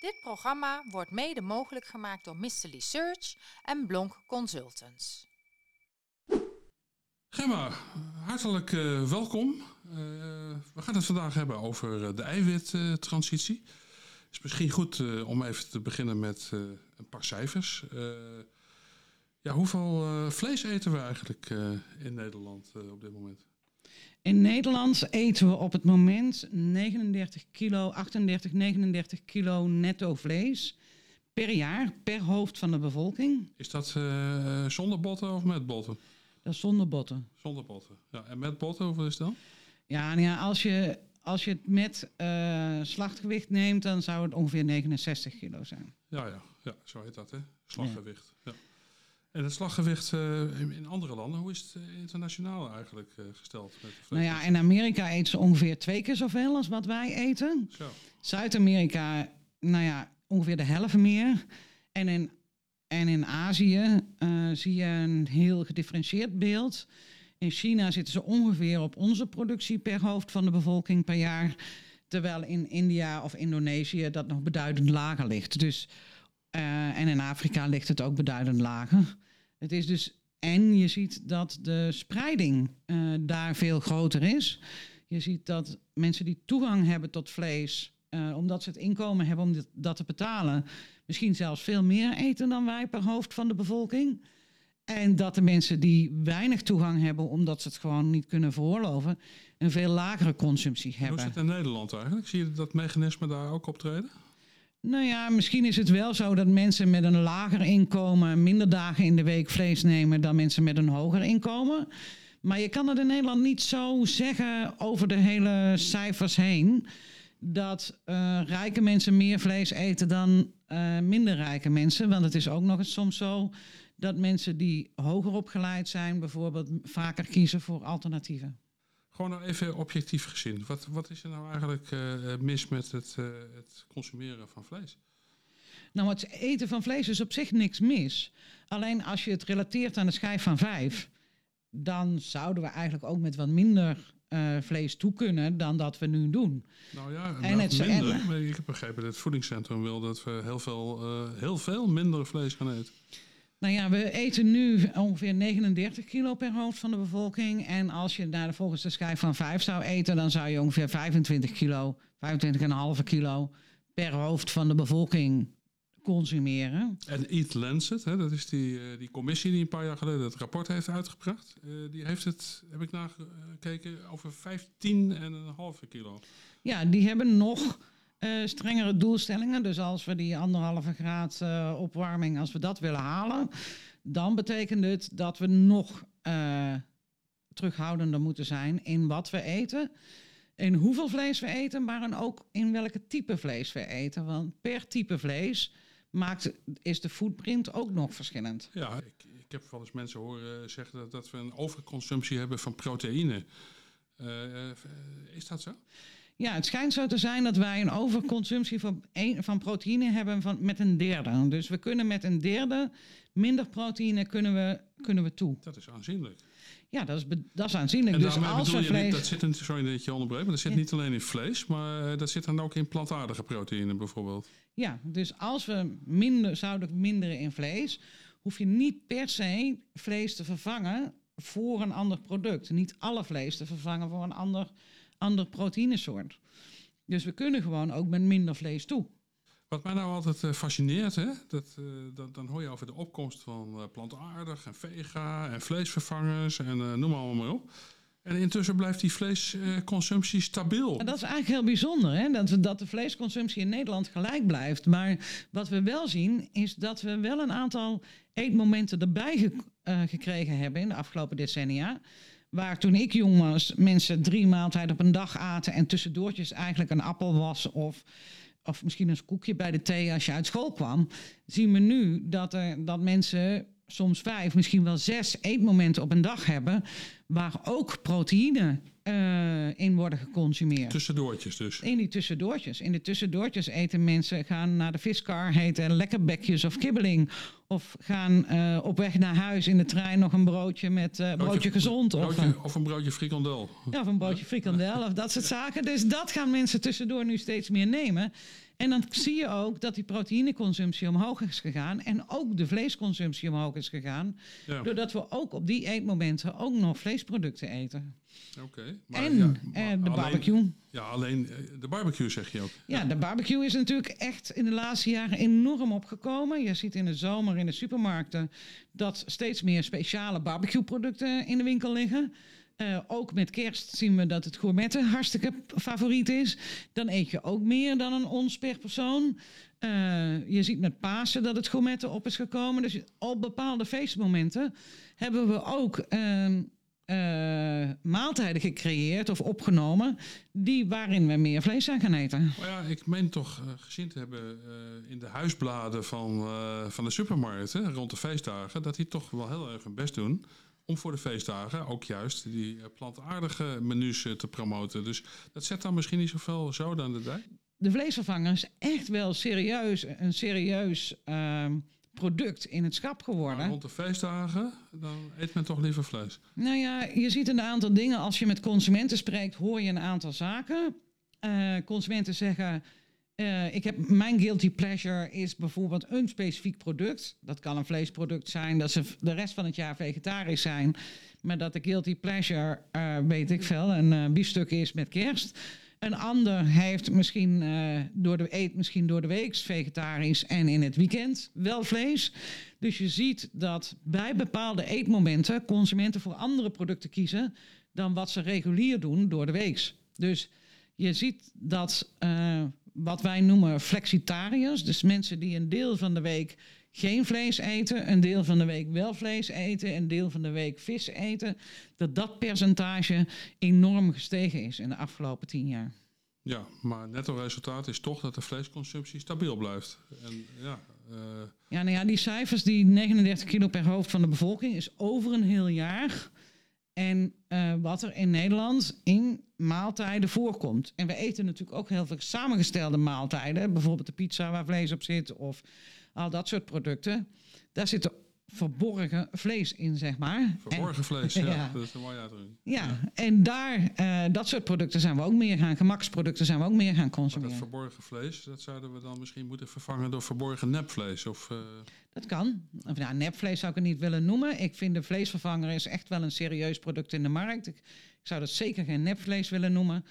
Dit programma wordt mede mogelijk gemaakt door Mr. Search en Blonk Consultants. Gemma, hartelijk welkom. We gaan het vandaag hebben over de eiwittransitie. Het is misschien goed om even te beginnen met een paar cijfers. Hoeveel vlees eten we eigenlijk in Nederland op dit moment? In Nederland eten we op het moment 39 kilo, 39 kilo netto vlees per jaar, per hoofd van de bevolking. Is dat zonder botten of met botten? Dat is zonder botten. Zonder botten, ja. En met botten, hoeveel is dat? Ja, als je het met slachtgewicht neemt, dan zou het ongeveer 69 kilo zijn. Ja, zo heet dat, hè? Slaggewicht. Ja. En het slaggewicht in andere landen, hoe is het internationaal eigenlijk gesteld? Met de vlees? In Amerika eten ze ongeveer 2 keer zoveel als wat wij eten. Zo. Zuid-Amerika, ongeveer de helft meer. En in Azië zie je een heel gedifferentieerd beeld. In China zitten ze ongeveer op onze productie per hoofd van de bevolking per jaar. Terwijl in India of Indonesië dat nog beduidend lager ligt. Dus, en in Afrika ligt het ook beduidend lager. Het is dus, en je ziet dat de spreiding daar veel groter is. Je ziet dat mensen die toegang hebben tot vlees, omdat ze het inkomen hebben om dat te betalen, misschien zelfs veel meer eten dan wij per hoofd van de bevolking. En dat de mensen die weinig toegang hebben, omdat ze het gewoon niet kunnen veroorloven, een veel lagere consumptie hebben. Hoe is het in Nederland eigenlijk? Zie je dat mechanisme daar ook optreden? Misschien is het wel zo dat mensen met een lager inkomen minder dagen in de week vlees nemen dan mensen met een hoger inkomen. Maar je kan het in Nederland niet zo zeggen over de hele cijfers heen, dat rijke mensen meer vlees eten dan minder rijke mensen. Want het is ook nog eens soms zo dat mensen die hoger opgeleid zijn bijvoorbeeld vaker kiezen voor alternatieven. Gewoon nou even objectief gezien. Wat is er nou eigenlijk mis met het consumeren van vlees? Het eten van vlees is op zich niks mis. Alleen als je het relateert aan de schijf van 5... dan zouden we eigenlijk ook met wat minder vlees toe kunnen dan dat we nu doen. Maar ik heb begrepen dat het voedingscentrum wil dat we heel veel minder vlees gaan eten. We eten nu ongeveer 39 kilo per hoofd van de bevolking. En als je volgens de schijf van 5 zou eten, dan zou je ongeveer 25 kilo, 25,5 kilo per hoofd van de bevolking consumeren. En Eat Lancet, dat is die commissie die een paar jaar geleden het rapport heeft uitgebracht. Die heeft het, heb ik nagekeken, over 15,5 kilo. Ja, die hebben nog strengere doelstellingen. Dus als we die 1,5 graad opwarming, als we dat willen halen, dan betekent het dat we nog terughoudender moeten zijn in wat we eten, in hoeveel vlees we eten, maar ook in welke type vlees we eten. Want per type vlees is de footprint ook nog verschillend. Ja, ik heb wel eens mensen horen zeggen dat we een overconsumptie hebben van proteïne. Is dat zo? Ja, het schijnt zo te zijn dat wij een overconsumptie van proteïne hebben met een derde. Dus we kunnen met een derde minder proteïne kunnen we toe. Dat is aanzienlijk. Ja, dat is aanzienlijk. En dus als we vlees... Dat zit sorry dat je onderbreekt, maar dat zit niet alleen in vlees, maar dat zit dan ook in plantaardige proteïne bijvoorbeeld. Ja, dus als we zouden minderen in vlees, hoef je niet per se vlees te vervangen voor een ander product. Niet alle vlees te vervangen voor een ander proteïnesoort. Dus we kunnen gewoon ook met minder vlees toe. Wat mij nou altijd fascineert, dan hoor je over de opkomst van plantaardig en vega en vleesvervangers en noem maar op. En intussen blijft die vleesconsumptie stabiel. En dat is eigenlijk heel bijzonder, dat de vleesconsumptie in Nederland gelijk blijft. Maar wat we wel zien, is dat we wel een aantal eetmomenten erbij gekregen hebben in de afgelopen decennia. Waar toen ik jong was, mensen 3 maaltijden op een dag aten en tussendoortjes eigenlijk een appel was of misschien een koekje bij de thee als je uit school kwam, zien we nu dat mensen soms 5, misschien wel 6 eetmomenten op een dag hebben, waar ook proteïne in worden geconsumeerd. Tussendoortjes dus? In die tussendoortjes. In de tussendoortjes eten mensen, gaan naar de viskar, heten lekkerbekjes of kibbeling. Of gaan op weg naar huis in de trein nog een broodje met broodje gezond. Of een broodje frikandel. Ja, of een broodje frikandel of dat soort zaken. Dus dat gaan mensen tussendoor nu steeds meer nemen. En dan zie je ook dat die proteïneconsumptie omhoog is gegaan. En ook de vleesconsumptie omhoog is gegaan. Ja. Doordat we ook op die eetmomenten ook nog vleesproducten eten. Oké. En de barbecue. Ja, alleen de barbecue zeg je ook. Ja, de barbecue is natuurlijk echt in de laatste jaren enorm opgekomen. Je ziet in de zomer in de supermarkten dat steeds meer speciale barbecueproducten in de winkel liggen. Ook met kerst zien we dat het gourmetten hartstikke favoriet is. Dan eet je ook meer dan een ons per persoon. Je ziet met Pasen dat het gourmetten op is gekomen. Dus op bepaalde feestmomenten hebben we ook maaltijden gecreëerd of opgenomen waarin we meer vlees zijn gaan eten. Maar ja, ik meen toch gezien te hebben in de huisbladen van de supermarkten rond de feestdagen, dat die toch wel heel erg hun best doen om voor de feestdagen ook juist die plantaardige menus te promoten. Dus dat zet dan misschien niet zoveel zoden aan de dijk. De vleesvervanger is echt wel een serieus product in het schap geworden. Maar rond de feestdagen, dan eet men toch liever vlees. Nou ja, je ziet een aantal dingen. Als je met consumenten spreekt, hoor je een aantal zaken. Consumenten zeggen, mijn guilty pleasure is bijvoorbeeld een specifiek product. Dat kan een vleesproduct zijn, dat ze de rest van het jaar vegetarisch zijn. Maar dat de guilty pleasure, weet ik veel, een biefstuk is met kerst. Een ander heeft misschien eet door de week vegetarisch en in het weekend wel vlees. Dus je ziet dat bij bepaalde eetmomenten consumenten voor andere producten kiezen dan wat ze regulier doen door de week. Dus je ziet dat wat wij noemen flexitariërs, dus mensen die een deel van de week geen vlees eten, een deel van de week wel vlees eten, een deel van de week vis eten, dat percentage enorm gestegen is in de afgelopen 10 jaar. Ja, maar netto resultaat is toch dat de vleesconsumptie stabiel blijft. En die cijfers, die 39 kilo per hoofd van de bevolking, is over een heel jaar. En wat er in Nederland in maaltijden voorkomt. En we eten natuurlijk ook heel veel samengestelde maaltijden. Bijvoorbeeld de pizza waar vlees op zit of al dat soort producten. Daar zit verborgen vlees in, zeg maar. Verborgen vlees, ja. Dat is een mooie uitdrukking. Ja, en dat soort producten zijn we ook meer gemaksproducten zijn we ook meer gaan consumeren. Maar dat verborgen vlees, dat zouden we dan misschien moeten vervangen door verborgen nepvlees? Dat kan. Nepvlees zou ik het niet willen noemen. Ik vind de vleesvervanger is echt wel een serieus product in de markt. Ik zou dat zeker geen nepvlees willen noemen.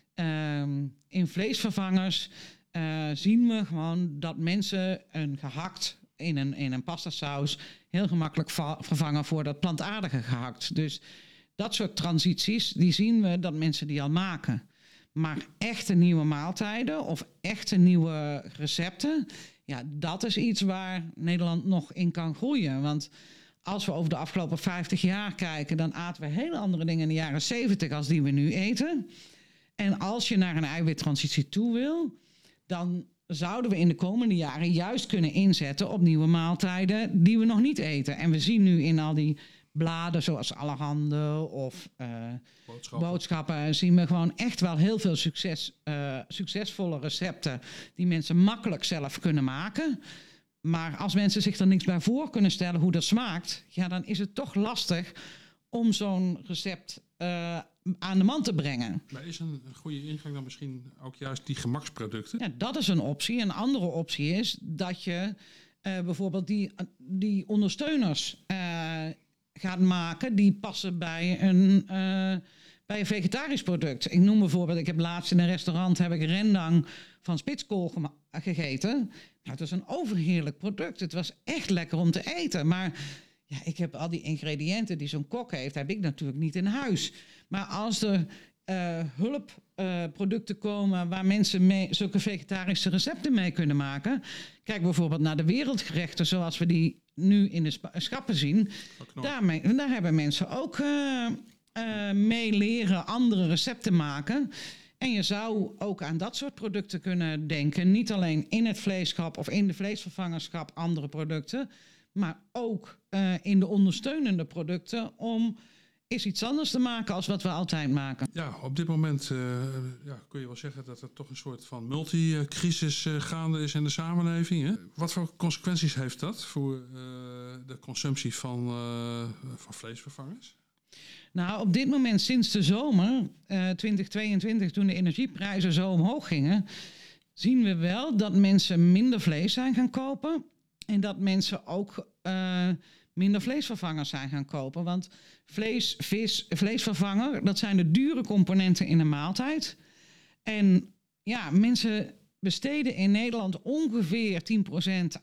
In vleesvervangers zien we gewoon dat mensen een gehakt in een pastasaus heel gemakkelijk vervangen voor dat plantaardige gehakt. Dus dat soort transities, die zien we dat mensen die al maken. Maar echte nieuwe maaltijden of echte nieuwe recepten, ja, dat is iets waar Nederland nog in kan groeien. Want als we over de afgelopen 50 jaar kijken, dan aten we hele andere dingen in de jaren 70 als die we nu eten. En als je naar een eiwittransitie toe wil, dan zouden we in de komende jaren juist kunnen inzetten op nieuwe maaltijden die we nog niet eten. En we zien nu in al die bladen zoals Allerhande of boodschappen, zien we gewoon echt wel heel veel succesvolle recepten die mensen makkelijk zelf kunnen maken. Maar als mensen zich er niks bij voor kunnen stellen hoe dat smaakt, ja, dan is het toch lastig om zo'n recept aan de man te brengen. Maar is een goede ingang dan misschien ook juist die gemaksproducten? Ja, dat is een optie. Een andere optie is dat je bijvoorbeeld die ondersteuners gaat maken die passen bij een vegetarisch product. Ik noem bijvoorbeeld, ik heb laatst in een restaurant rendang van spitskool gegeten. Nou, het was een overheerlijk product. Het was echt lekker om te eten. Maar ja, ik heb al die ingrediënten die zo'n kok heeft, heb ik natuurlijk niet in huis. Maar als er hulpproducten komen waar mensen mee zulke vegetarische recepten mee kunnen maken. Kijk bijvoorbeeld naar de wereldgerechten zoals we die nu in de schappen zien. Daar hebben mensen ook mee leren andere recepten maken. En je zou ook aan dat soort producten kunnen denken. Niet alleen in het vleesschap of in de vleesvervangerschap andere producten. Maar ook in de ondersteunende producten om is iets anders te maken als wat we altijd maken. Ja, op dit moment kun je wel zeggen dat er toch een soort van multicrisis gaande is in de samenleving. Hè? Wat voor consequenties heeft dat voor de consumptie van vleesvervangers? Nou, op dit moment sinds de zomer 2022, toen de energieprijzen zo omhoog gingen, zien we wel dat mensen minder vlees zijn gaan kopen. En dat mensen ook minder vleesvervangers zijn gaan kopen. Want vlees, vis, vleesvervanger, dat zijn de dure componenten in een maaltijd. En ja, mensen besteden in Nederland ongeveer 10%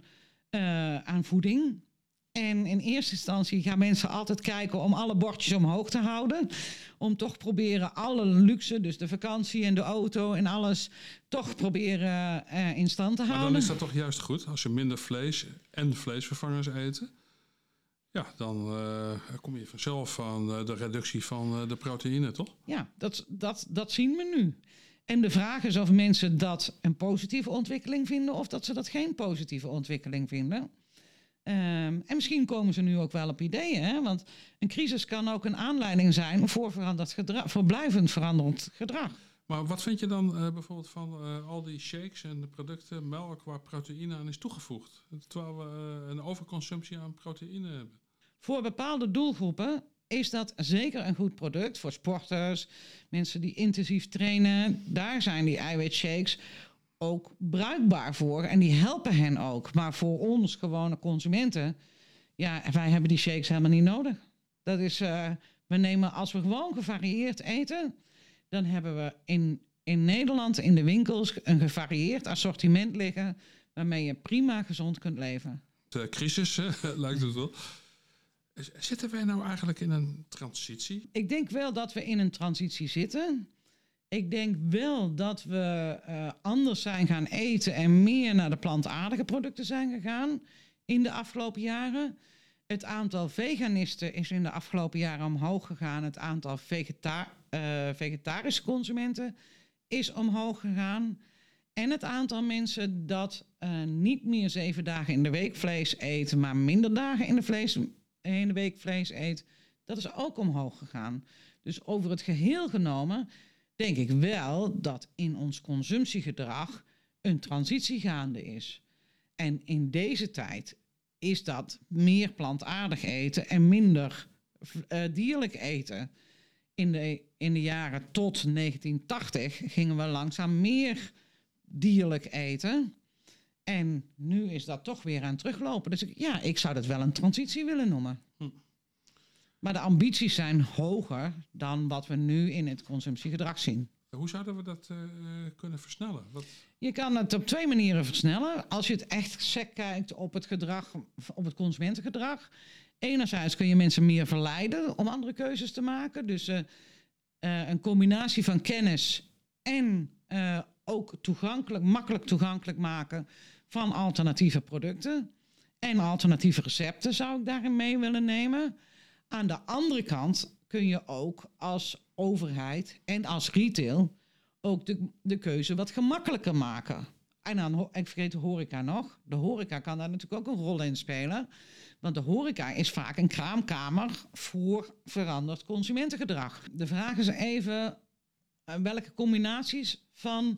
aan voeding. En in eerste instantie gaan mensen altijd kijken om alle bordjes omhoog te houden. Om toch proberen alle luxe, dus de vakantie en de auto en alles, toch proberen in stand te houden. Maar dan is dat toch juist goed, als je minder vlees en vleesvervangers eten. Ja, dan kom je vanzelf van de reductie van de proteïne, toch? Ja, dat zien we nu. En de vraag is of mensen dat een positieve ontwikkeling vinden of dat ze dat geen positieve ontwikkeling vinden. En misschien komen ze nu ook wel op ideeën. Hè? Want een crisis kan ook een aanleiding zijn voor blijvend veranderd gedrag. Maar wat vind je dan bijvoorbeeld van al die shakes en de producten, melk waar proteïne aan is toegevoegd? Terwijl we een overconsumptie aan proteïne hebben. Voor bepaalde doelgroepen is dat zeker een goed product. Voor sporters, mensen die intensief trainen, daar zijn die eiwitshakes ook bruikbaar voor. En die helpen hen ook. Maar voor ons, gewone consumenten, ja, wij hebben die shakes helemaal niet nodig. Dat is, we nemen, als we gewoon gevarieerd eten, dan hebben we in Nederland in de winkels een gevarieerd assortiment liggen waarmee je prima gezond kunt leven. De crisis, lijkt het wel. Zitten wij nou eigenlijk in een transitie? Ik denk wel dat we in een transitie zitten. Ik denk wel dat we anders zijn gaan eten en meer naar de plantaardige producten zijn gegaan in de afgelopen jaren. Het aantal veganisten is in de afgelopen jaren omhoog gegaan. Het aantal vegetarische consumenten is omhoog gegaan. En het aantal mensen dat niet meer 7 dagen in de week vlees eet, maar minder dagen in de week vlees eet, dat is ook omhoog gegaan. Dus over het geheel genomen denk ik wel dat in ons consumptiegedrag een transitie gaande is. En in deze tijd is dat meer plantaardig eten en minder dierlijk eten. In de jaren tot 1980 gingen we langzaam meer dierlijk eten. En nu is dat toch weer aan het teruglopen. Dus ik zou dat wel een transitie willen noemen. Maar de ambities zijn hoger dan wat we nu in het consumptiegedrag zien. Hoe zouden we dat kunnen versnellen? Je kan het op 2 manieren versnellen. Als je het echt sec kijkt op het gedrag, op het consumentengedrag. Enerzijds kun je mensen meer verleiden om andere keuzes te maken. Dus een combinatie van kennis en ook makkelijk toegankelijk maken van alternatieve producten. En alternatieve recepten zou ik daarin mee willen nemen. Aan de andere kant kun je ook als overheid en als retail ook de keuze wat gemakkelijker maken. En dan, ik vergeet de horeca nog. De horeca kan daar natuurlijk ook een rol in spelen. Want de horeca is vaak een kraamkamer voor veranderd consumentengedrag. De vraag is even welke combinaties van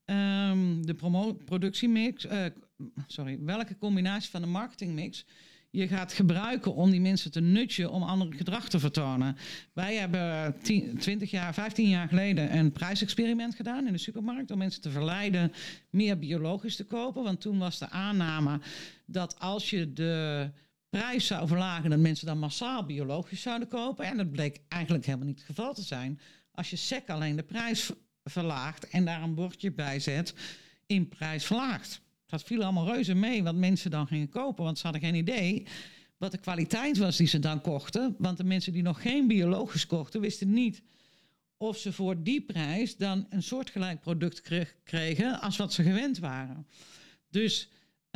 de productiemix, welke combinatie van de marketingmix je gaat gebruiken om die mensen te nudgen om andere gedrag te vertonen. Wij hebben 15 jaar geleden een prijsexperiment gedaan in de supermarkt om mensen te verleiden meer biologisch te kopen. Want toen was de aanname dat als je de prijs zou verlagen, dat mensen dan massaal biologisch zouden kopen. En dat bleek eigenlijk helemaal niet het geval te zijn. Als je sec alleen de prijs verlaagt en daar een bordje bij zet, in prijs verlaagd. Dat viel allemaal reuze mee wat mensen dan gingen kopen. Want ze hadden geen idee wat de kwaliteit was die ze dan kochten. Want de mensen die nog geen biologisch kochten, wisten niet of ze voor die prijs dan een soortgelijk product kregen als wat ze gewend waren. Dus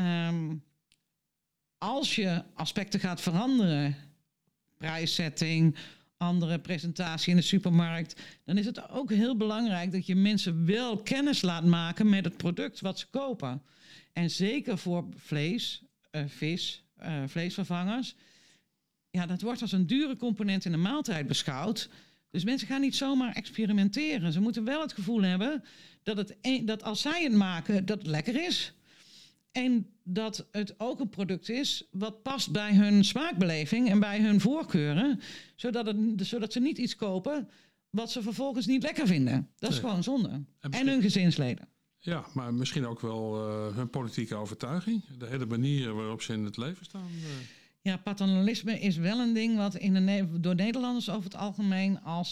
als je aspecten gaat veranderen, prijszetting, andere presentatie in de supermarkt, dan is het ook heel belangrijk dat je mensen wel kennis laat maken met het product wat ze kopen. En zeker voor vlees, vis, vleesvervangers. Ja, dat wordt als een dure component in de maaltijd beschouwd. Dus mensen gaan niet zomaar experimenteren. Ze moeten wel het gevoel hebben dat als zij het maken, dat het lekker is. En dat het ook een product is wat past bij hun smaakbeleving en bij hun voorkeuren. Zodat ze niet iets kopen wat ze vervolgens niet lekker vinden. Dat is gewoon zonde. En hun gezinsleden. Ja, maar misschien ook wel hun politieke overtuiging. De hele manier waarop ze in het leven staan. Ja, paternalisme is wel een ding wat door Nederlanders over het algemeen als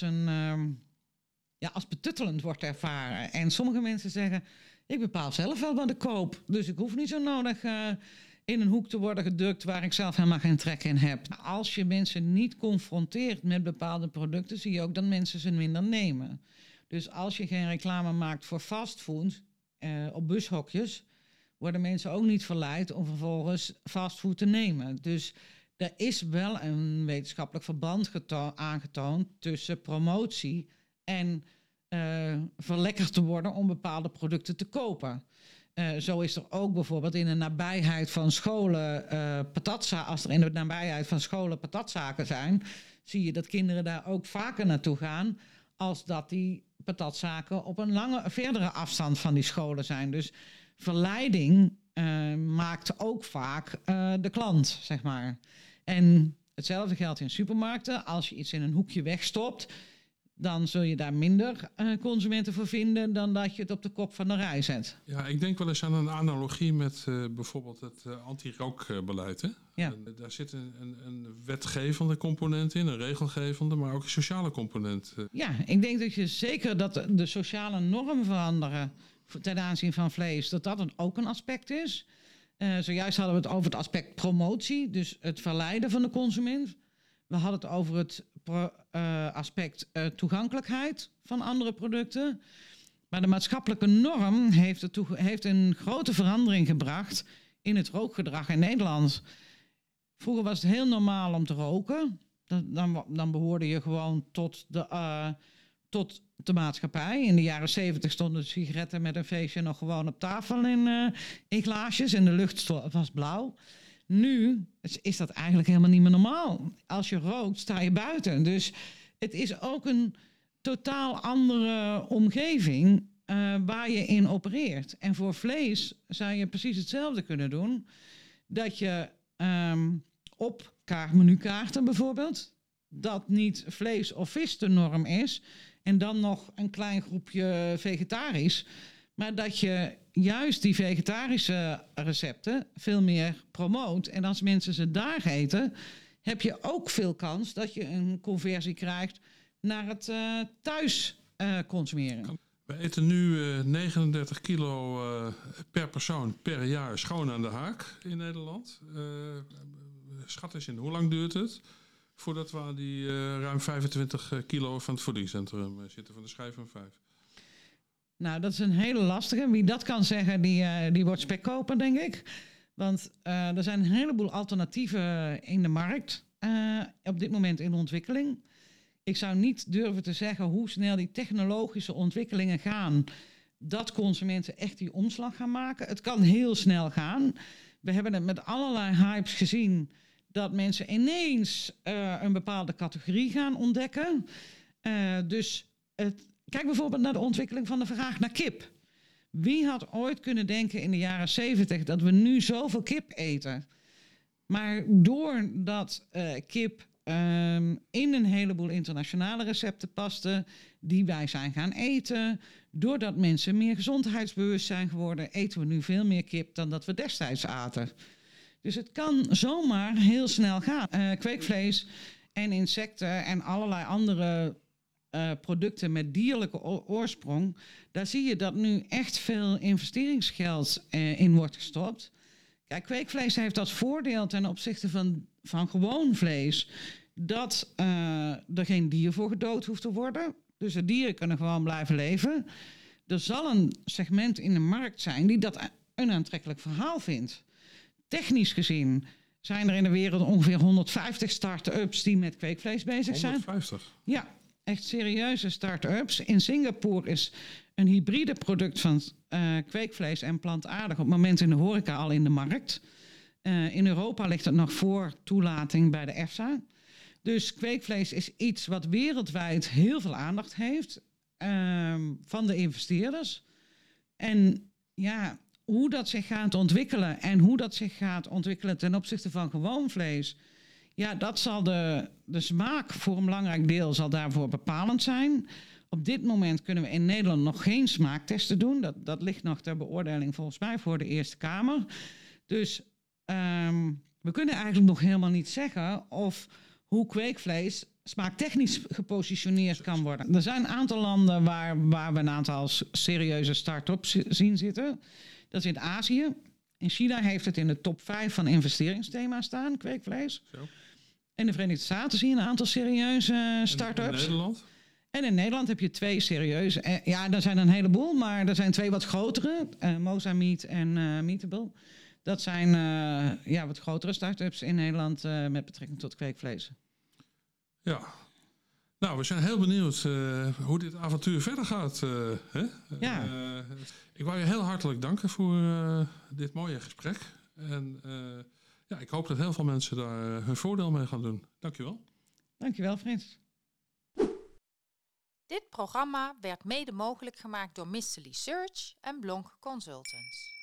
als betuttelend wordt ervaren. En sommige mensen zeggen, ik bepaal zelf wel wat ik koop. Dus ik hoef niet zo nodig in een hoek te worden gedrukt waar ik zelf helemaal geen trek in heb. Als je mensen niet confronteert met bepaalde producten, zie je ook dat mensen ze minder nemen. Dus als je geen reclame maakt voor fastfood op bushokjes, worden mensen ook niet verleid om vervolgens fastfood te nemen. Dus er is wel een wetenschappelijk verband aangetoond tussen promotie en verlekkerd te worden om bepaalde producten te kopen. Zo is er ook bijvoorbeeld in de nabijheid van scholen als er in de nabijheid van scholen patatzaken zijn, zie je dat kinderen daar ook vaker naartoe gaan als dat die patatzaken op een verdere afstand van die scholen zijn. Dus verleiding maakt ook vaak de klant, zeg maar. En hetzelfde geldt in supermarkten. Als je iets in een hoekje wegstopt, dan zul je daar minder consumenten voor vinden dan dat je het op de kop van de rij zet. Ja, ik denk wel eens aan een analogie met bijvoorbeeld het anti-rookbeleid. Hè? Ja. Daar zit een wetgevende component in, een regelgevende, maar ook een sociale component. Ja, ik denk dat je zeker dat de sociale normen veranderen ten aanzien van vlees, dat ook een aspect is. Zojuist hadden we het over het aspect promotie, dus het verleiden van de consument. We hadden het over het aspect toegankelijkheid van andere producten. Maar de maatschappelijke norm heeft een grote verandering gebracht in het rookgedrag in Nederland. Vroeger was het heel normaal om te roken. Dan behoorde je gewoon tot de maatschappij. In de jaren 70 stonden de sigaretten met een feestje nog gewoon op tafel in glaasjes en de lucht was blauw. Nu is dat eigenlijk helemaal niet meer normaal. Als je rookt, sta je buiten. Dus het is ook een totaal andere omgeving waar je in opereert. En voor vlees zou je precies hetzelfde kunnen doen. Dat je op menukaarten bijvoorbeeld, dat niet vlees of vis de norm is en dan nog een klein groepje vegetarisch, maar dat je juist die vegetarische recepten veel meer promoot. En als mensen ze daar eten, heb je ook veel kans dat je een conversie krijgt naar het thuis consumeren. We eten nu 39 kilo per persoon per jaar schoon aan de haak in Nederland. Schat eens in, hoe lang duurt het voordat we aan die ruim 25 kilo van het voedingscentrum zitten, van de schijf van 5? Nou, dat is een hele lastige. Wie dat kan zeggen, die wordt spekkoper, denk ik. Want er zijn een heleboel alternatieven in de markt op dit moment in ontwikkeling. Ik zou niet durven te zeggen hoe snel die technologische ontwikkelingen gaan, dat consumenten echt die omslag gaan maken. Het kan heel snel gaan. We hebben het met allerlei hypes gezien dat mensen ineens een bepaalde categorie gaan ontdekken. Kijk bijvoorbeeld naar de ontwikkeling van de vraag naar kip. Wie had ooit kunnen denken in de jaren 70 dat we nu zoveel kip eten? Maar doordat kip in een heleboel internationale recepten paste die wij zijn gaan eten, doordat mensen meer gezondheidsbewust zijn geworden, eten we nu veel meer kip dan dat we destijds aten. Dus het kan zomaar heel snel gaan. Kweekvlees en insecten en allerlei andere producten met dierlijke oorsprong, daar zie je dat nu echt veel investeringsgeld in wordt gestopt. Kijk, kweekvlees heeft als voordeel ten opzichte van gewoon vlees dat er geen dier voor gedood hoeft te worden. Dus de dieren kunnen gewoon blijven leven. Er zal een segment in de markt zijn die dat een aantrekkelijk verhaal vindt. Technisch gezien zijn er in de wereld ongeveer 150 start-ups die met kweekvlees bezig zijn. 150? Ja, echt serieuze start-ups. In Singapore is een hybride product van kweekvlees en plantaardig op het moment in de horeca al in de markt. In Europa ligt het nog voor toelating bij de EFSA. Dus kweekvlees is iets wat wereldwijd heel veel aandacht heeft van de investeerders. En ja, hoe dat zich gaat ontwikkelen en hoe dat zich gaat ontwikkelen ten opzichte van gewoon vlees, ja, dat zal de smaak voor een belangrijk deel zal daarvoor bepalend zijn. Op dit moment kunnen we in Nederland nog geen smaaktesten doen. Dat ligt nog ter beoordeling volgens mij voor de Eerste Kamer. Dus we kunnen eigenlijk nog helemaal niet zeggen of hoe kweekvlees smaaktechnisch gepositioneerd kan worden. Er zijn een aantal landen waar we een aantal serieuze start-ups zien zitten. Dat is in Azië. In China heeft het in de top 5 van investeringsthema staan, kweekvlees. Zo. In de Verenigde Staten zie je een aantal serieuze start-ups. En in Nederland? En in Nederland heb je 2 serieuze. Ja, er zijn een heleboel, maar er zijn 2 wat grotere. Moza Meat en Meatable. Dat zijn wat grotere start-ups in Nederland met betrekking tot kweekvlees. Ja. Nou, we zijn heel benieuwd hoe dit avontuur verder gaat. Hè? Ja. Ik wou je heel hartelijk danken voor dit mooie gesprek. En ik hoop dat heel veel mensen daar hun voordeel mee gaan doen. Dankjewel. Dankjewel, Frits. Dit programma werd mede mogelijk gemaakt door Mystery Search en Blonk Consultants.